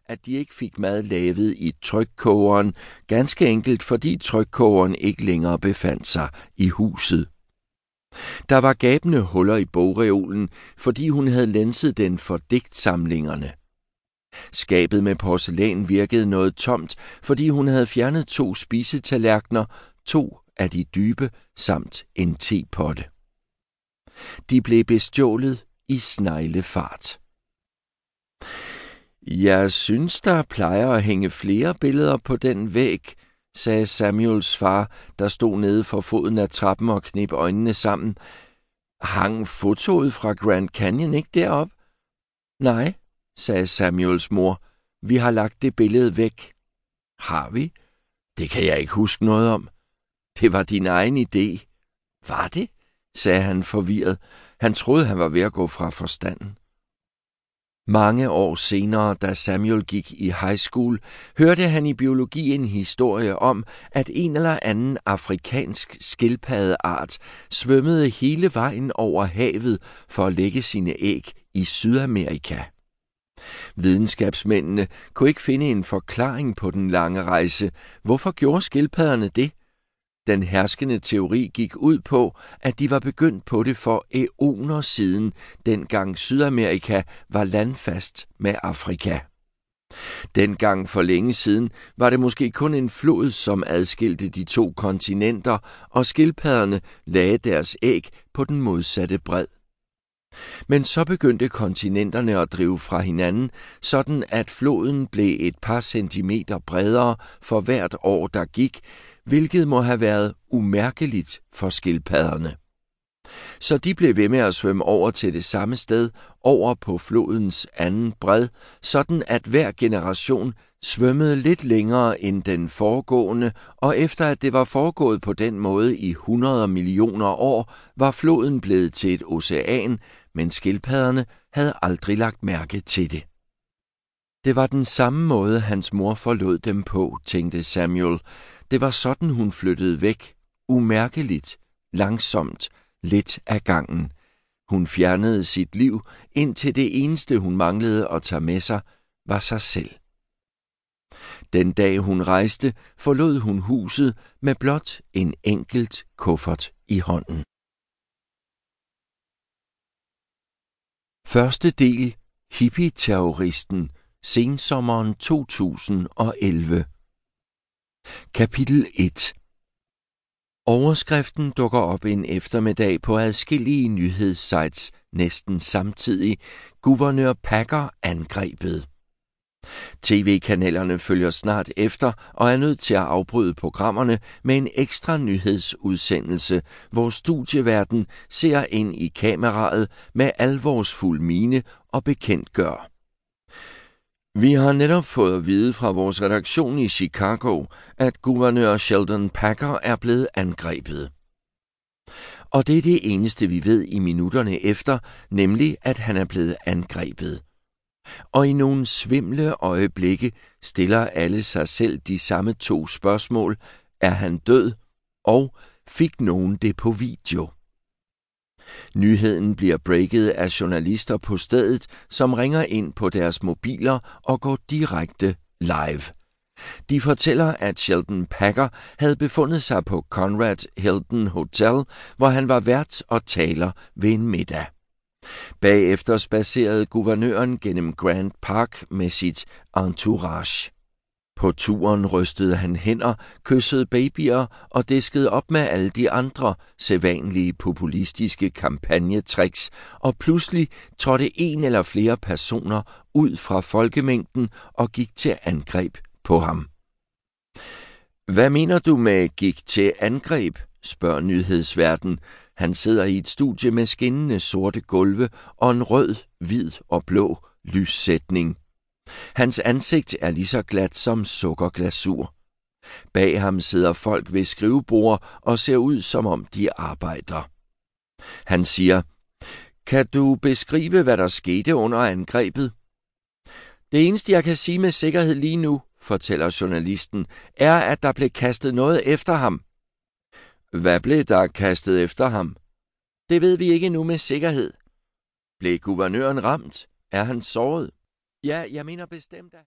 at de ikke fik mad lavet i trykkogeren, ganske enkelt fordi trykkogeren ikke længere befandt sig i huset. Der var gabende huller i bogreolen, fordi hun havde lænset den for digtsamlingerne. Skabet med porcelæn virkede noget tomt, fordi hun havde fjernet 2 spisetallerkener, 2 af de dybe, samt en tepotte. De blev bestjålet i sneglefart. Jeg synes, der plejer at hænge flere billeder på den væg, sagde Samuels far, der stod nede for foden af trappen og kneb øjnene sammen. Hang fotoet fra Grand Canyon ikke derop? Nej, sagde Samuels mor. Vi har lagt det billede væk. Har vi? Det kan jeg ikke huske noget om. Det var din egen idé. Var det? Sagde han forvirret. Han troede, han var ved at gå fra forstanden. Mange år senere, da Samuel gik i high school, hørte han i biologi en historie om, at en eller anden afrikansk skildpaddeart svømmede hele vejen over havet for at lægge sine æg i Sydamerika. Videnskabsmændene kunne ikke finde en forklaring på den lange rejse. Hvorfor gjorde skildpadderne det? Den herskende teori gik ud på, at de var begyndt på det for æoner siden, dengang Sydamerika var landfast med Afrika. Dengang for længe siden var det måske kun en flod, som adskilte de 2 kontinenter, og skildpadderne lagde deres æg på den modsatte bred. Men så begyndte kontinenterne at drive fra hinanden, sådan at floden blev et par centimeter bredere for hvert år, der gik, hvilket må have været umærkeligt for skildpadderne. Så de blev ved med at svømme over til det samme sted, over på flodens anden bred, sådan at hver generation svømmede lidt længere end den foregående, og efter at det var foregået på den måde i 100 millioner år, var floden blevet til et ocean, men skildpadderne havde aldrig lagt mærke til det. Det var den samme måde, hans mor forlod dem på, tænkte Samuel. Det var sådan, hun flyttede væk. Umærkeligt, langsomt, lidt ad gangen. Hun fjernede sit liv, indtil det eneste, hun manglede at tage med sig, var sig selv. Den dag hun rejste, forlod hun huset med blot en enkelt kuffert i hånden. Første del. Hippie-terroristen. Sensommeren 2011. Kapitel 1. Overskriften dukker op en eftermiddag på adskillige nyhedssites næsten samtidig. Guvernør Packer angrebet. TV-kanalerne følger snart efter og er nødt til at afbryde programmerne med en ekstra nyhedsudsendelse, hvor studieverden ser ind i kameraet med alvorsfuld mine og bekendtgør. Vi har netop fået at vide fra vores redaktion i Chicago, at guvernør Sheldon Packer er blevet angrebet. Og det er det eneste, vi ved i minutterne efter, nemlig at han er blevet angrebet. Og i nogle svimle øjeblikke stiller alle sig selv de samme 2 spørgsmål. Er han død? Og fik nogen det på video? Nyheden bliver breaket af journalister på stedet, som ringer ind på deres mobiler og går direkte live. De fortæller, at Sheldon Packer havde befundet sig på Conrad Hilton Hotel, hvor han var vært og taler ved en middag. Bagefter spadserede guvernøren gennem Grand Park med sit entourage. På turen rystede han hænder, kyssede babyer og diskede op med alle de andre sædvanlige populistiske kampagnetricks, og pludselig trådte en eller flere personer ud fra folkemængden og gik til angreb på ham. Hvad mener du med gik til angreb? Spørger nyhedsværten. Han sidder i et studie med skinnende sorte gulve og en rød, hvid og blå lyssætning. Hans ansigt er lige så glat som sukkerglasur. Bag ham sidder folk ved skrivebord og ser ud, som om de arbejder. Han siger, kan du beskrive, hvad der skete under angrebet? Det eneste, jeg kan sige med sikkerhed lige nu, fortæller journalisten, er, at der blev kastet noget efter ham. Hvad blev der kastet efter ham? Det ved vi ikke nu med sikkerhed. Blev guvernøren ramt? Er han såret? Ja, jeg mener bestemt, at